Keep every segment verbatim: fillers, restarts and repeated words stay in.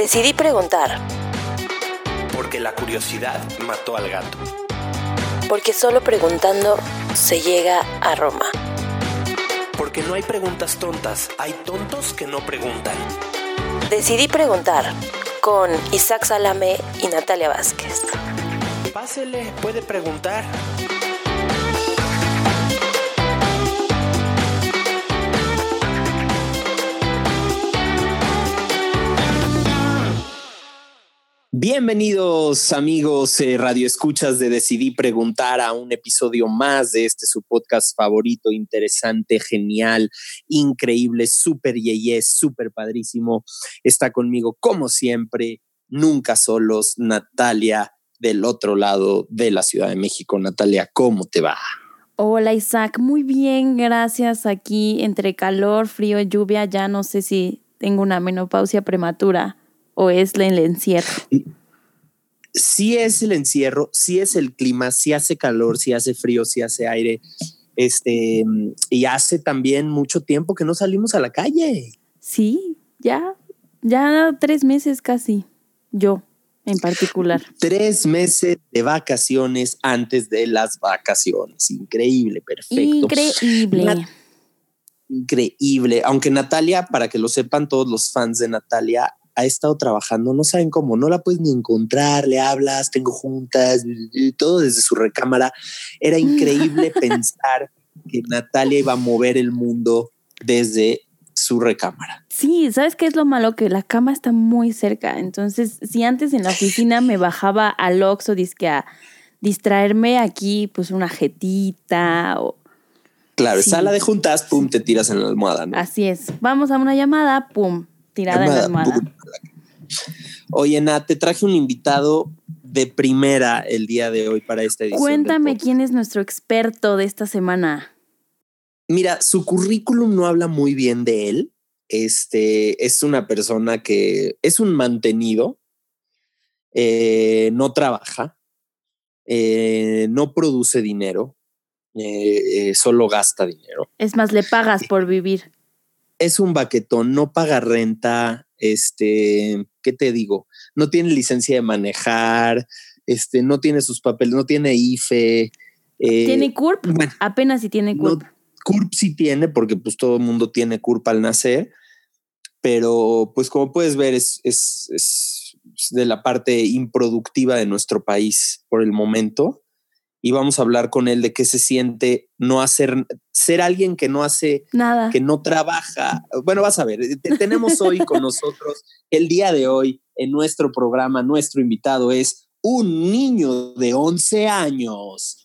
Decidí preguntar. Porque la curiosidad mató al gato. Porque solo preguntando se llega a Roma. Porque no hay preguntas tontas, hay tontos que no preguntan. Decidí preguntar con Isaac Salame y Natalia Vázquez. Pásele, puede preguntar. Bienvenidos amigos eh, radioescuchas de Decidí Preguntar a un episodio más de este su podcast favorito, interesante, genial, increíble, súper yeyé, súper padrísimo. Está conmigo como siempre, nunca solos, Natalia del otro lado de la Ciudad de México. Natalia, ¿cómo te va? Hola Isaac, muy bien, gracias. Aquí entre calor, frío, lluvia, ya no sé si tengo una menopausia prematura. ¿O es el encierro? Sí es el encierro, sí es el clima, sí hace calor, sí hace frío, sí hace aire. Este, y hace también mucho tiempo que no salimos a la calle. Sí, ya, ya tres meses casi, yo en particular. Tres meses de vacaciones antes de las vacaciones. Increíble, perfecto. Increíble. Nat- Increíble. Aunque Natalia, para que lo sepan todos los fans de Natalia, ha estado trabajando, no saben cómo, no la puedes ni encontrar, le hablas, tengo juntas, todo desde su recámara. Era increíble pensar que Natalia iba a mover el mundo desde su recámara. Sí, ¿sabes qué es lo malo? Que la cama está muy cerca, entonces si antes en la oficina me bajaba al Oxxo dizque a distraerme, aquí pues una jetita o... Claro, Sí. sala de juntas, pum, te tiras en la almohada, ¿no? Así es, vamos a una llamada, pum, tirada en la almohada. Pum. Oye, Nat, te traje un invitado de primera el día de hoy para esta edición. Cuéntame quién es nuestro experto de esta semana. Mira, su currículum no habla muy bien de él. Este es una persona que es un mantenido, eh, no trabaja, eh, no produce dinero, eh, eh, solo gasta dinero. Es más, le pagas por vivir. Es un baquetón, no paga renta, este, ¿qué te digo? No tiene licencia de manejar, este, no tiene sus papeles, no tiene I F E. Eh, ¿Tiene C U R P? Bueno, Apenas si tiene C U R P. No, C U R P sí tiene, porque pues todo el mundo tiene C U R P al nacer, pero pues como puedes ver es, es, es de la parte improductiva de nuestro país por el momento. Y vamos a hablar con él de qué se siente no hacer, ser alguien que no hace nada, que no trabaja. Bueno, vas a ver, te, tenemos hoy con nosotros, el día de hoy en nuestro programa, nuestro invitado es un niño de once años.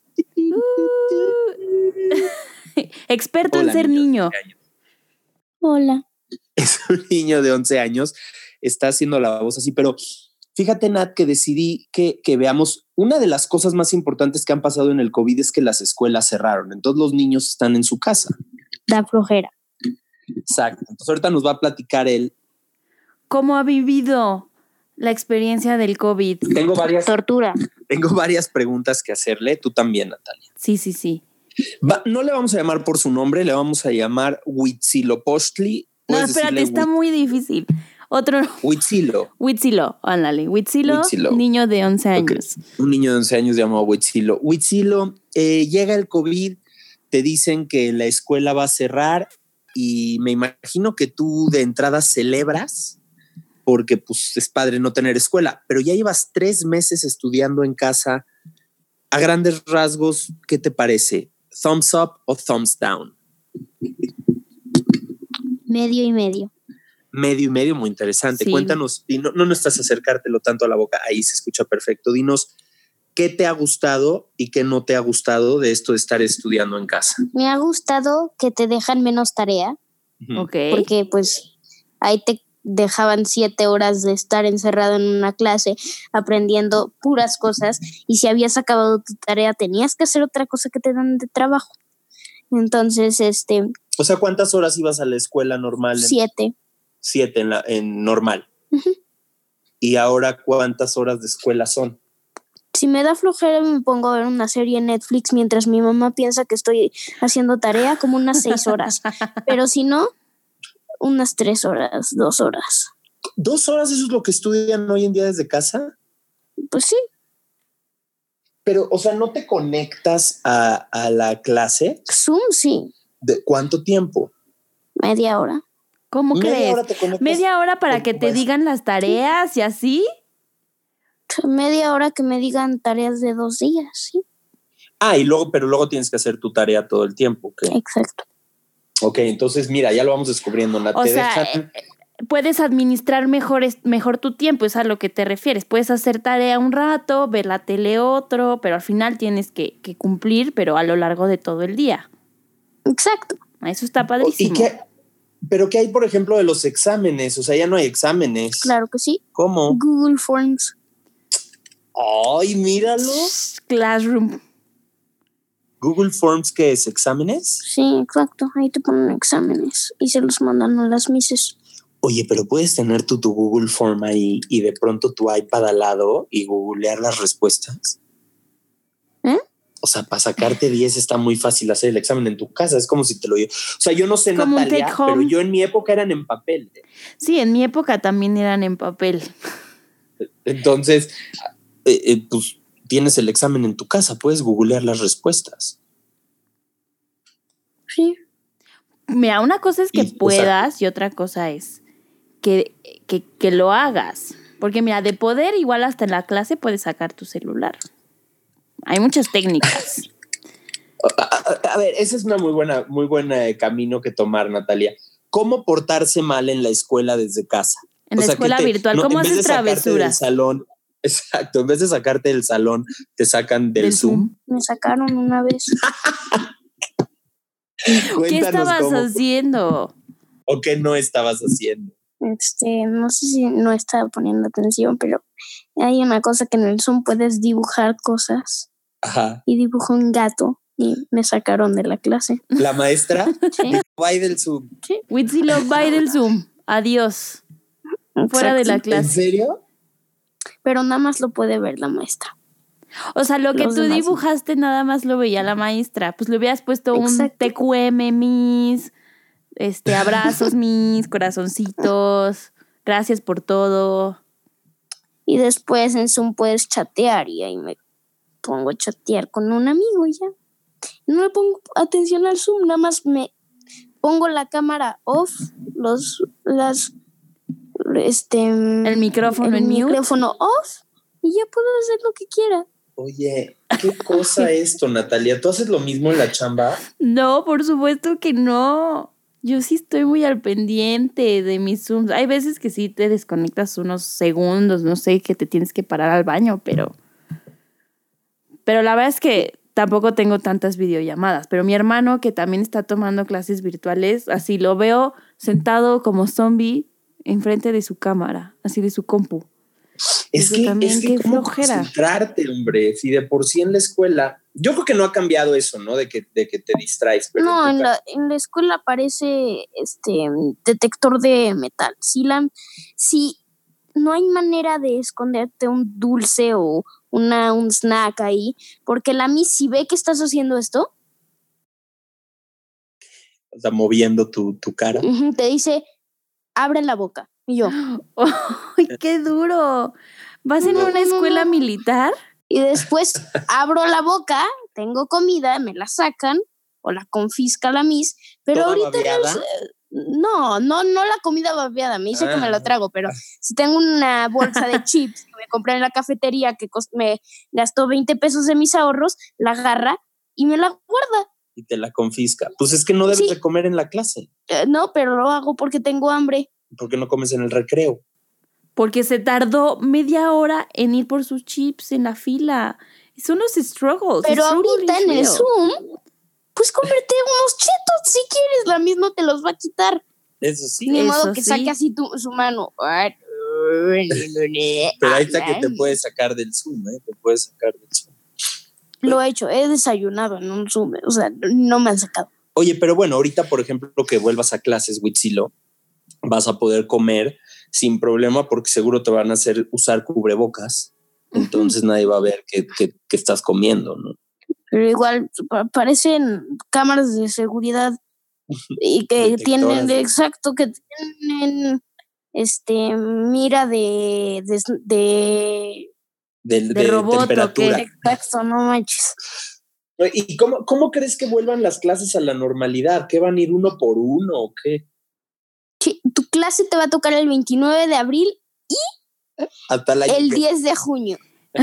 Uh, experto Hola, en ser niño. niño. Hola. Es un niño de once años, está haciendo la voz así, pero fíjate, Nat, que decidí que, que veamos una de las cosas más importantes que han pasado en el COVID es que las escuelas cerraron. Entonces los niños están en su casa. Da flojera. Exacto. Entonces ahorita nos va a platicar él. ¿Cómo ha vivido la experiencia del COVID? Tengo varias, Tortura. tengo varias preguntas que hacerle. Tú también, Natalia. Sí, sí, sí. Va, no le vamos a llamar por su nombre, le vamos a llamar Huitzilopochtli. No, espérate, está muy difícil. Otro. Huitzilo. Huitzilo, ándale. Huitzilo, Huitzilo. Niño de once años. Okay. Un niño de once años llamado Huitzilo. Huitzilo, eh, llega el COVID, te dicen que la escuela va a cerrar y me imagino que tú de entrada celebras porque pues es padre no tener escuela, pero ya llevas tres meses estudiando en casa. A grandes rasgos, ¿qué te parece? ¿Thumbs up o thumbs down? Medio y medio. Medio y medio, muy interesante. Sí. Cuéntanos, y no, no necesitas acercártelo tanto a la boca, ahí se escucha perfecto. Dinos, ¿qué te ha gustado y qué no te ha gustado de esto de estar estudiando en casa? Me ha gustado que te dejan menos tarea, Uh-huh. Ok. porque pues ahí te dejaban siete horas de estar encerrado en una clase aprendiendo puras cosas, y si habías acabado tu tarea tenías que hacer otra cosa que te dan de trabajo. Entonces, este... O sea, ¿cuántas horas ibas a la escuela normal? Siete. Siete en, la, en normal. Uh-huh. ¿Y ahora cuántas horas de escuela son? Si me da flojera me pongo a ver una serie en Netflix mientras mi mamá piensa que estoy haciendo tarea, como unas seis horas. Pero si no, unas tres horas, dos horas. ¿Dos horas eso es lo que estudian hoy en día desde casa? Pues sí. Pero, o sea, ¿no te conectas a, a la clase? Zoom, sí. ¿De cuánto tiempo? Media hora. ¿Cómo Media crees? hora te conectas ¿Media hora para con que tu te maestro. digan las tareas y así? Media hora que me digan tareas de dos días, sí. Ah, y luego, pero luego tienes que hacer tu tarea todo el tiempo. ¿Ok? Exacto. Ok, entonces mira, ya lo vamos descubriendo. Nat. O Te sea, dejan... eh, puedes administrar mejor, es- mejor tu tiempo, es a lo que te refieres. Puedes hacer tarea un rato, ver la tele otro, pero al final tienes que, que cumplir, pero a lo largo de todo el día. Exacto. Eso está ¿Y padrísimo. qué? ¿Pero qué hay, por ejemplo, de los exámenes? O sea, ya no hay exámenes. Claro que sí. ¿Cómo? Google Forms. Ay, míralo. Classroom. Google Forms, ¿qué es? ¿Exámenes? Sí, exacto. Ahí te ponen exámenes y se los mandan a las mises. Oye, pero puedes tener tu, tu Google Form ahí y de pronto tu iPad al lado y googlear las respuestas. ¿Eh? O sea, para sacarte diez está muy fácil hacer el examen en tu casa. Es como si te lo... O sea, yo no sé, Como un Natalia, take home. pero yo en mi época eran en papel. Sí, en mi época también eran en papel. Entonces, eh, eh, pues tienes el examen en tu casa, puedes googlear las respuestas. Sí. Mira, una cosa es que Y, o sea, puedas y otra cosa es que, que, que lo hagas. Porque mira, de poder igual hasta en la clase puedes sacar tu celular. Hay muchas técnicas. A, a- a ver, ese es una muy buena, muy buena eh, camino que tomar, Natalia. ¿Cómo portarse mal en la escuela desde casa? En O la sea, escuela que te- virtual, no, ¿cómo en vez haces de sacarte del travesuras? salón, exacto, en vez de sacarte del salón, te sacan del, Del Zoom. Zoom. Me sacaron una vez. ¿Qué Cuéntanos estabas cómo haciendo? o qué no estabas haciendo. Este, no sé si no estaba poniendo atención, pero hay una cosa que en el Zoom puedes dibujar cosas Ajá. y dibujó un gato y me sacaron de la clase. La maestra Sí. dijo, bye del Zoom. Huitzilo, bye del Zoom. Adiós. Fuera de la Exacto. ¿En clase. serio? Pero nada más lo puede ver la maestra. O sea, lo que Los tú demás no. dibujaste nada más lo veía la maestra. Pues le hubieras puesto un Exacto. T Q M, mis, este, abrazos, mis, corazoncitos, gracias por todo. Y después en Zoom puedes chatear y ahí me pongo a chatear con un amigo y ya. No le pongo atención al Zoom, nada más me pongo la cámara off, los, las, este, El micrófono el en mute. micrófono off y ya puedo hacer lo que quiera. Oye, ¿qué cosa esto, Natalia? ¿Tú haces lo mismo en la chamba? No, por supuesto que no. Yo sí estoy muy al pendiente de mis Zooms. Hay veces que sí te desconectas unos segundos, no sé, que te tienes que parar al baño, pero... Pero la verdad es que tampoco tengo tantas videollamadas. Pero mi hermano, que también está tomando clases virtuales, así lo veo sentado como zombie enfrente de su cámara, así de su compu. Es Eso que, también, es que qué cómo flojera. concentrarte, hombre. Si de por sí en la escuela, yo creo que no ha cambiado eso, ¿no? De que, de que te distraes. Pero No, en en tu la, en la escuela aparece este detector de metal. Si, la, si no hay manera de esconderte un dulce o una, un snack ahí, porque la Miss si ve que estás haciendo esto, o sea, moviendo tu, tu cara. ujú, te dice, abre la boca. Y yo, ¡Ay, qué duro! ¿Vas en No, una no, no, escuela no. militar? y después abro la boca, tengo comida, me la sacan o la confisca la Miss, pero ¿Toda ahorita babeada? no, es- no, no, no la comida babeada, me dice que me Ah. lo trago, pero si tengo una bolsa de chips que me compré en la cafetería que cost- me gastó veinte pesos de mis ahorros, la agarra y me la guarda. Y te la confisca. Pues es que no debes Sí. de comer en la clase. Eh, no, pero lo hago porque tengo hambre. ¿Por qué no comes en el recreo? Porque se tardó media hora en ir por sus chips en la fila. Son los struggles. Pero the struggle ahorita is en el real. Zoom, pues cómprate unos chetos si quieres, la misma te los va a quitar. Eso sí. Ni Eso modo que sí. saque así tu, su mano. Pero ahí está que te puedes sacar del Zoom, ¿eh? Te puedes sacar del Zoom. Lo he hecho, he desayunado en un Zoom, o sea, no me han sacado. Oye, pero bueno, ahorita, por ejemplo, que vuelvas a clases, Huitzilo, vas a poder comer sin problema porque seguro te van a hacer usar cubrebocas. Entonces uh-huh. nadie va a ver que, que, que estás comiendo, ¿no? Pero igual parecen cámaras de seguridad y que tienen, de... exacto, que tienen este, mira de, de, de, de, de de robot, temperatura. ¿o qué? exacto, no manches. ¿Y cómo, cómo crees que vuelvan las clases a la normalidad? ¿Qué van a ir uno por uno o qué? Sí, tu clase te va a tocar el veintinueve de abril Hasta la el diez de junio.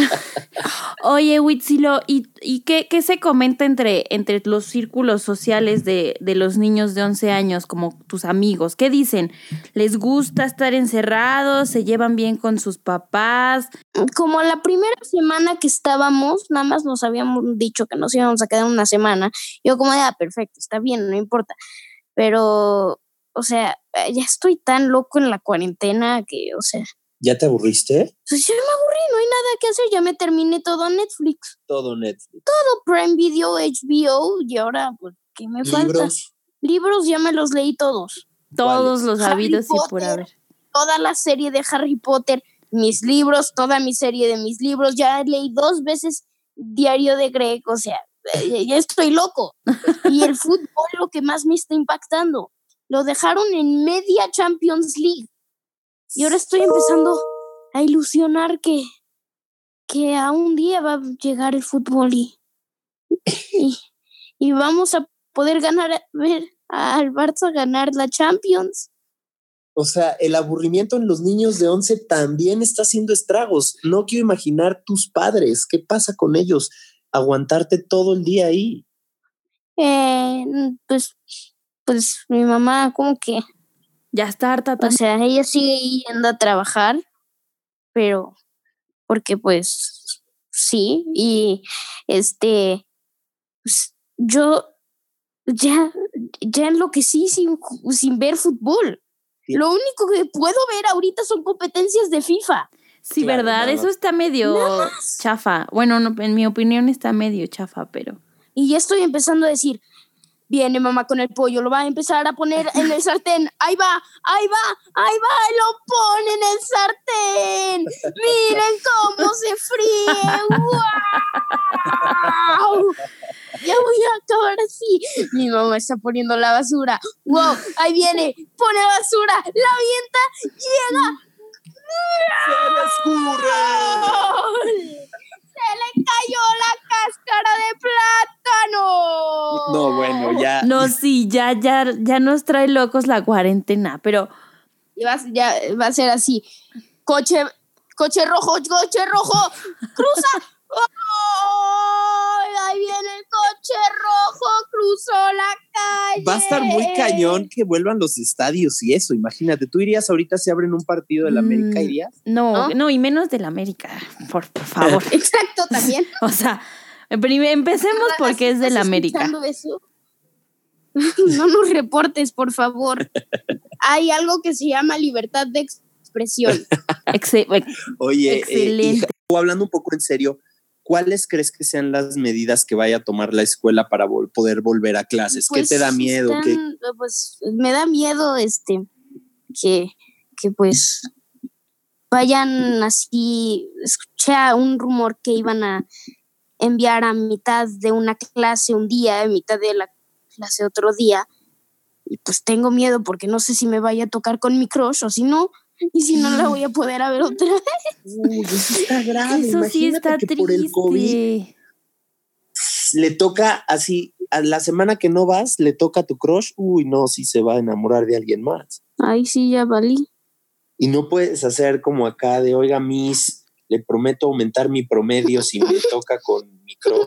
Oye, Huitzilo, ¿y, y qué, qué se comenta entre, entre los círculos sociales de, de los niños de once años, como tus amigos? ¿Qué dicen? ¿Les gusta estar encerrados? ¿Se llevan bien con sus papás? Como la primera semana que estábamos, nada más nos habíamos dicho que nos íbamos a quedar una semana. Yo como, ah, perfecto, está bien, no importa. Pero, o sea, ya estoy tan loco en la cuarentena que, o sea... ¿Ya te aburriste? Pues ya me aburrí, no hay nada que hacer, ya me terminé todo Netflix. Todo Netflix. Todo Prime Video, H B O, y ahora, pues, ¿qué me falta? ¿Libros? Libros ya me los leí todos. Todos los Harry habidos y por Potter, haber. Toda la serie de Harry Potter, mis libros, toda mi serie de mis libros, ya leí dos veces Diario de Greg, o sea, ya estoy loco. Y el fútbol, lo que más me está impactando, lo dejaron en media Champions League. Y ahora estoy empezando a ilusionar que, que a un día va a llegar el fútbol y, y, y vamos a poder ganar, ver al Barça ganar la Champions. O sea, el aburrimiento en los niños de once también está haciendo estragos. No quiero imaginar tus padres. ¿Qué pasa con ellos? Aguantarte todo el día ahí. Eh, pues, pues mi mamá como que... Ya está harta O también. sea, ella sigue yendo a trabajar, pero porque pues sí, y este, pues, yo ya, ya enloquecí sin, sin ver fútbol. Sí. Lo único que puedo ver ahorita son competencias de FIFA. Sí, Claro, ¿verdad? nada Eso más. está medio chafa. Bueno, no, en mi opinión está medio chafa, pero... Y ya estoy empezando a decir, viene mamá con el pollo, lo va a empezar a poner en el sartén. Ahí va, ahí va, ahí va, lo pone en el sartén. Miren cómo se fríe. ¡Wow! Ya voy a acabar así. Mi mamá está poniendo la basura. ¡Wow! Ahí viene, pone basura, la avienta, llega. ¡Se escurre! ¡Se le cayó la cáscara de plátano! No, bueno, ya. No, sí, ya, ya, ya nos trae locos la cuarentena, pero... Y va, ya va a ser así. Coche, coche rojo, coche rojo, cruza. ¡Oh! Ahí viene el coche rojo, cruzó la calle. Va a estar muy cañón que vuelvan los estadios y eso. Imagínate, tú irías ahorita, se abren un partido de la América, Mm, ¿irías? No, ¿No? no, y menos del América, por, por favor. Exacto, también. O sea, prim- empecemos porque es del ¿Estás América. escuchando eso? No nos reportes, por favor. Hay algo que se llama libertad de expresión. Exe- Oye, Excelente. eh, hija, tú hablando un poco en serio, ¿cuáles crees que sean las medidas que vaya a tomar la escuela para vol- poder volver a clases? Pues, ¿Qué te da miedo? ¿Qué? están, pues me da miedo este que, que pues vayan así. Escuché a un rumor que iban a enviar a mitad de una clase un día, a mitad de la clase otro día, y pues tengo miedo porque no sé si me vaya a tocar con mi crush o si no, y si no la voy a poder a ver otra vez. Uy, eso está grave. Eso sí Imagínate está que por el COVID triste. le toca así, a la semana que no vas, le toca a tu crush. Uy, no, sí se va a enamorar de alguien más. Ay, sí, ya valí. Y no puedes hacer como acá de, oiga, Miss, le prometo aumentar mi promedio si me toca con mi crush.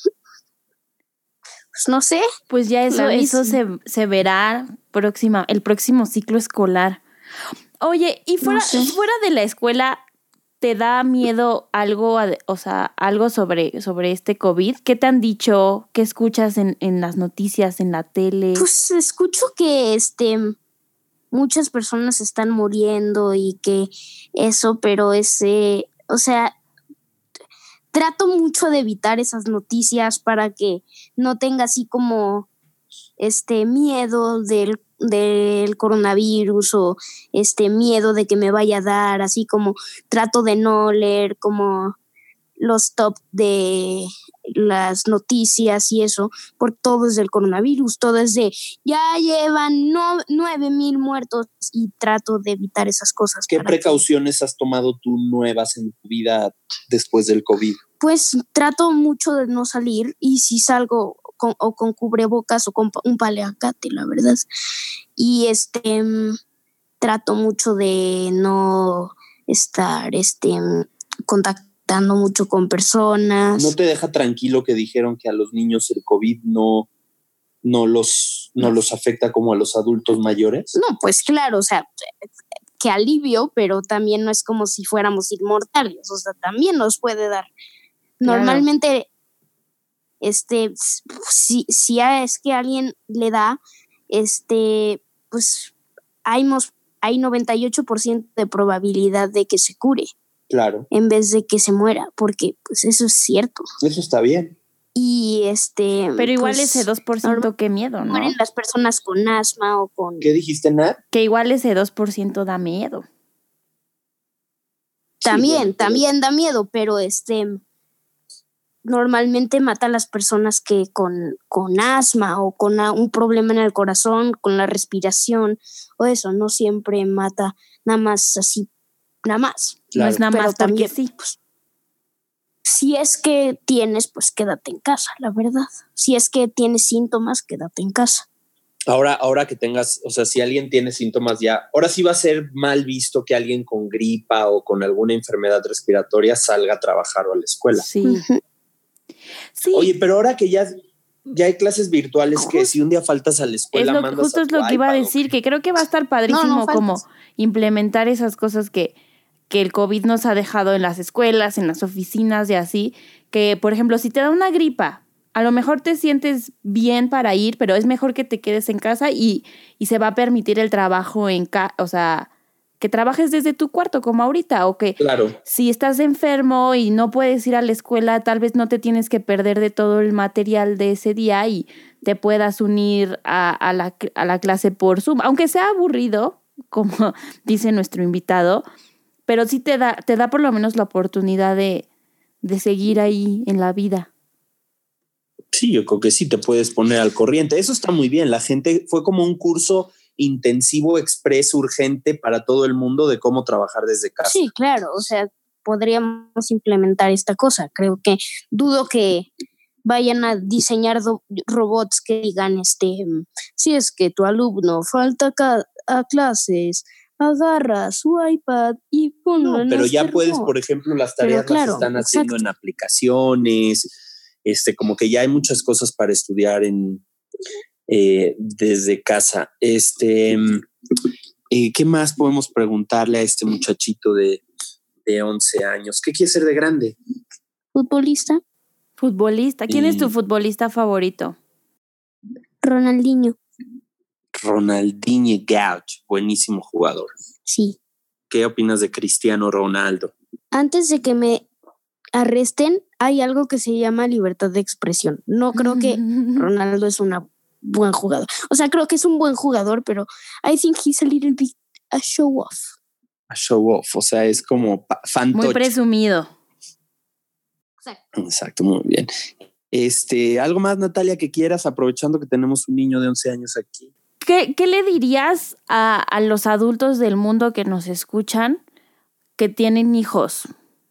Pues no sé. Pues ya eso, La eso bici. se, se verá próxima, el próximo ciclo escolar. Oye, y fuera, No sé. fuera de la escuela, ¿te da miedo algo, ade- o sea, algo sobre, sobre este COVID? ¿Qué te han dicho? ¿Qué escuchas en, en las noticias, en la tele? Pues escucho que este muchas personas están muriendo y que eso, pero ese, o sea, trato mucho de evitar esas noticias para que no tenga así como este miedo del, del coronavirus o este miedo de que me vaya a dar, así como trato de no leer como los top de las noticias y eso, por todo es del coronavirus, todo es de ya llevan no, nueve mil muertos y trato de evitar esas cosas. ¿Qué precauciones que... has tomado tú nuevas en tu vida después del COVID? Pues trato mucho de no salir y si salgo con, o con cubrebocas o con un paliacate, la verdad. Y este trato mucho de no estar este contactando mucho con personas. ¿No te deja tranquilo que dijeron que a los niños el COVID no, no, los, no los afecta como a los adultos mayores? No, pues claro, o sea, que alivio, pero también no es como si fuéramos inmortales, o sea, también nos puede dar. Claro. Normalmente, este, si, si es que a alguien le da, este, pues hay, hay noventa y ocho por ciento de probabilidad de que se cure. Claro. En vez de que se muera, porque pues eso es cierto. Eso está bien. Y este. Pero igual pues, ese dos por ciento, qué miedo, ¿no? Mueren las personas con asma o con. ¿Qué dijiste, Nat? Que igual ese dos por ciento da miedo. También, sí, bueno, también pero... da miedo, pero este. Normalmente mata a las personas que con, con asma o con a, un problema en el corazón, con la respiración o eso, no siempre mata nada más así, nada más. Claro. No es nada pero más también, porque sí. Pues, si es que tienes, pues quédate en casa, la verdad. Si es que tienes síntomas, quédate en casa. Ahora, ahora que tengas, o sea, si alguien tiene síntomas ya, ahora sí va a ser mal visto que alguien con gripa o con alguna enfermedad respiratoria salga a trabajar o a la escuela. Sí. Uh-huh. Sí. Oye, pero ahora que ya, ya hay clases virtuales, que si un día faltas a la escuela, es lo, mandas justo a es lo que iba a decir, que creo que va a estar padrísimo no, no como implementar esas cosas que, que el COVID nos ha dejado en las escuelas, en las oficinas y así, que por ejemplo, si te da una gripa, a lo mejor te sientes bien para ir, pero es mejor que te quedes en casa y, y se va a permitir el trabajo en casa, o sea, que trabajes desde tu cuarto como ahorita, o que claro. Si estás enfermo y no puedes ir a la escuela, tal vez no te tienes que perder de todo el material de ese día y te puedas unir a, a, la, a la clase por Zoom, aunque sea aburrido, como dice nuestro invitado, pero sí te da, te da por lo menos la oportunidad de, de seguir ahí en la vida. Sí, yo creo que sí te puedes poner al corriente. Eso está muy bien. La gente fue como un curso intensivo, expreso, urgente para todo el mundo de cómo trabajar desde casa. Sí, claro, o sea, podríamos implementar esta cosa. Creo que dudo que vayan a diseñar do- robots que digan, este, si es que tu alumno falta ca- a clases, agarra su iPad y ponlo no, en pero este ya puedes, robot. por ejemplo, las tareas Pero, claro, las están haciendo exacto. en aplicaciones, este, como que ya hay muchas cosas para estudiar en Eh, desde casa. Este, eh, ¿qué más podemos preguntarle a este muchachito de, de once años? ¿Qué quiere ser de grande? ¿Futbolista? Futbolista. ¿Quién y... es tu futbolista favorito? Ronaldinho. Ronaldinho Gaucho, buenísimo jugador. Sí. ¿Qué opinas de Cristiano Ronaldo? Antes de que me arresten, hay algo que se llama libertad de expresión. No creo que Ronaldo es una buen jugador. O sea, creo que es un buen jugador, pero I think he's a little bit a show off. A show off, o sea, es como fantoche. Muy presumido. Exacto. Exacto, muy bien. Este, ¿algo más, Natalia, que quieras, aprovechando que tenemos un niño de once años aquí? ¿Qué, qué le dirías a, a los adultos del mundo que nos escuchan que tienen hijos?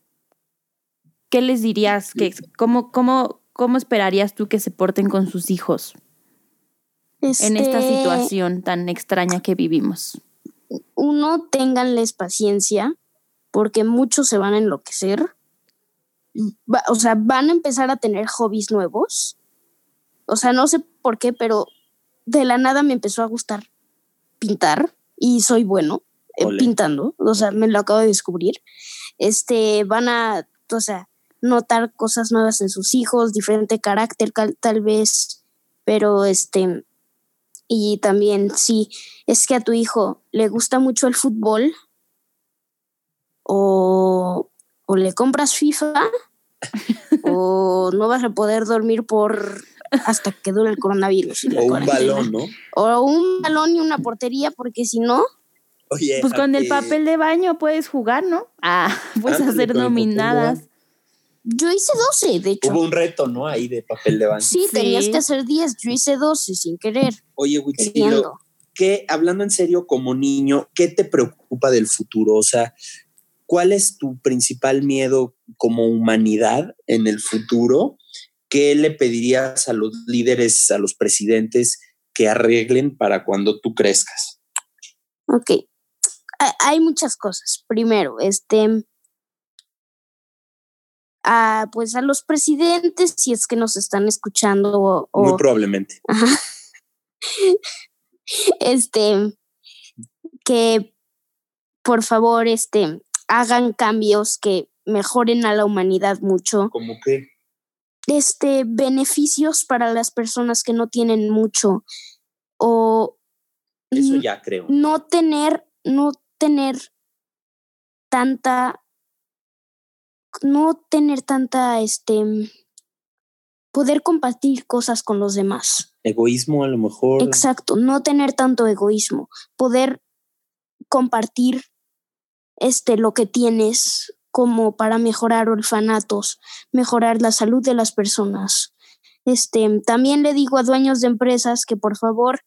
¿Qué les dirías? ¿Qué, cómo, cómo, ¿Cómo esperarías tú que se porten con sus hijos? Este, en esta situación tan extraña que vivimos. Uno, ténganles paciencia, porque muchos se van a enloquecer. Va, o sea, van a empezar a tener hobbies nuevos. O sea, no sé por qué, pero de la nada me empezó a gustar pintar y soy bueno eh, pintando. O sea, me lo acabo de descubrir. Este, van a, o sea, notar cosas nuevas en sus hijos, diferente carácter tal vez, pero este... Y también, si es que a tu hijo le gusta mucho el fútbol o, o le compras FIFA o no vas a poder dormir por hasta que dure el coronavirus. O un balón, ¿no? O un balón y una portería, porque si no... Oye, pues con el papel de baño puedes jugar, ¿no? Ah, puedes hacer dominadas. Yo hice doce, de hecho. Hubo un reto, ¿no? Ahí de papel de baño. Sí, Sí. tenías que hacer diez. Yo hice doce sin querer. Oye, Huitzilo, Queriendo. ¿qué, hablando en serio como niño, qué te preocupa del futuro? O sea, ¿cuál es tu principal miedo como humanidad en el futuro? ¿Qué le pedirías a los líderes, a los presidentes que arreglen para cuando tú crezcas? Ok. Ha- Hay muchas cosas. Primero, este... a, pues a los presidentes, si es que nos están escuchando o, o- Muy probablemente. Ajá. este, que por favor, este, hagan cambios que mejoren a la humanidad mucho. ¿Cómo qué? Este, beneficios para las personas que no tienen mucho o Eso n- ya creo. no tener, no tener tanta, no tener tanta, este, poder compartir cosas con los demás. Egoísmo a lo mejor. Exacto, no tener tanto egoísmo, poder compartir este lo que tienes como para mejorar orfanatos, mejorar la salud de las personas. Este, también le digo a dueños de empresas que por favor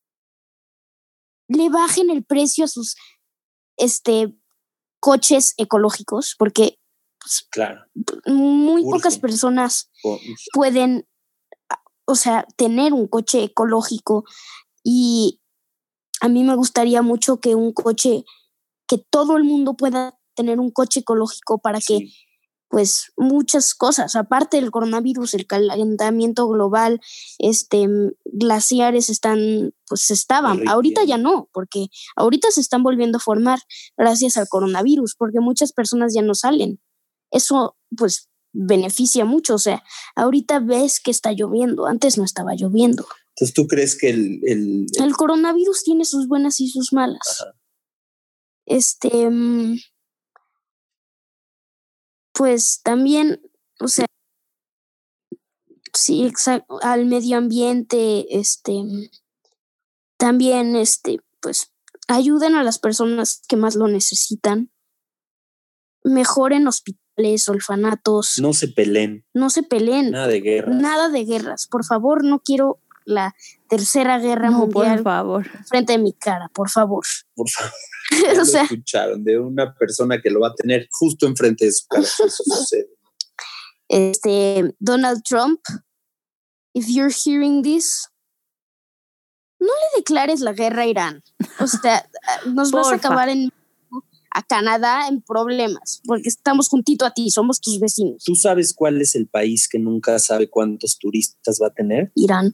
le bajen el precio a sus este coches ecológicos, porque Claro. muy Urge. pocas personas O- pueden, o sea, tener un coche ecológico, y a mí me gustaría mucho que un coche, que todo el mundo pueda tener un coche ecológico para que, sí. pues, muchas cosas, aparte del coronavirus, el calentamiento global, este, mm, glaciares están, pues estaban, Derritiendo. ahorita ya no, porque ahorita se están volviendo a formar gracias al coronavirus, porque muchas personas ya no salen. Eso, pues, beneficia mucho, o sea, ahorita ves que está lloviendo, antes no estaba lloviendo. Entonces, ¿tú crees que el, el, el- El coronavirus tiene sus buenas y sus malas. Ajá. Este, mm, pues también, o sea, sí, exacto, al medio ambiente, este, mm, también, este, pues, ayuden a las personas que más lo necesitan, mejoren hospitales, orfanatos, no, no se peleen? se peleen, Nada de guerra. nada de guerras, por favor, no quiero la tercera guerra No, por mundial favor. frente de mi cara, por favor. Por favor. Ya O lo sea, escucharon de una persona que lo va a tener justo enfrente de su cara. si Eso sucede. este, Donald Trump, if you're hearing this, no le declares la guerra a Irán. O sea, nos vas a Porfa. acabar en a Canadá en problemas, porque estamos juntito a ti, somos tus vecinos. ¿Tú sabes cuál es el país que nunca sabe cuántos turistas va a tener? Irán.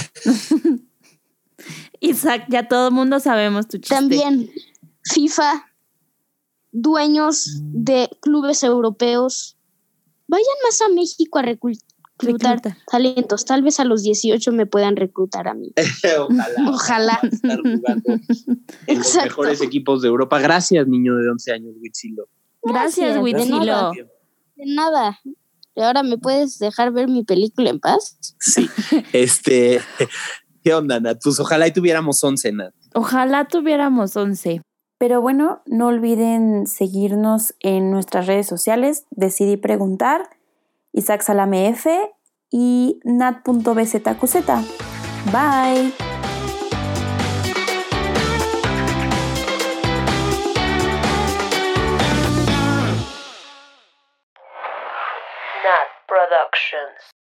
Isaac, ya todo el mundo sabemos tu chiste. También FIFA, dueños de clubes europeos, vayan más a México a reclutar Reclutar. talentos. Tal vez a los dieciocho me puedan reclutar a mí. Ojalá. Ojalá. Vas a estar jugando en los Exacto. mejores equipos de Europa. Gracias, niño de once años, Huitzilo. Gracias, de Huitzilo. nada. De nada. ¿Y ahora me puedes dejar ver mi película en paz? Sí. Este, ¿qué onda, Nat? Pues ojalá y tuviéramos once, Nat. Ojalá tuviéramos once. Pero bueno, no olviden seguirnos en nuestras redes sociales, Decidí Preguntar, Isaac Salame F y nat punto b z q z. Bye. Nat Productions.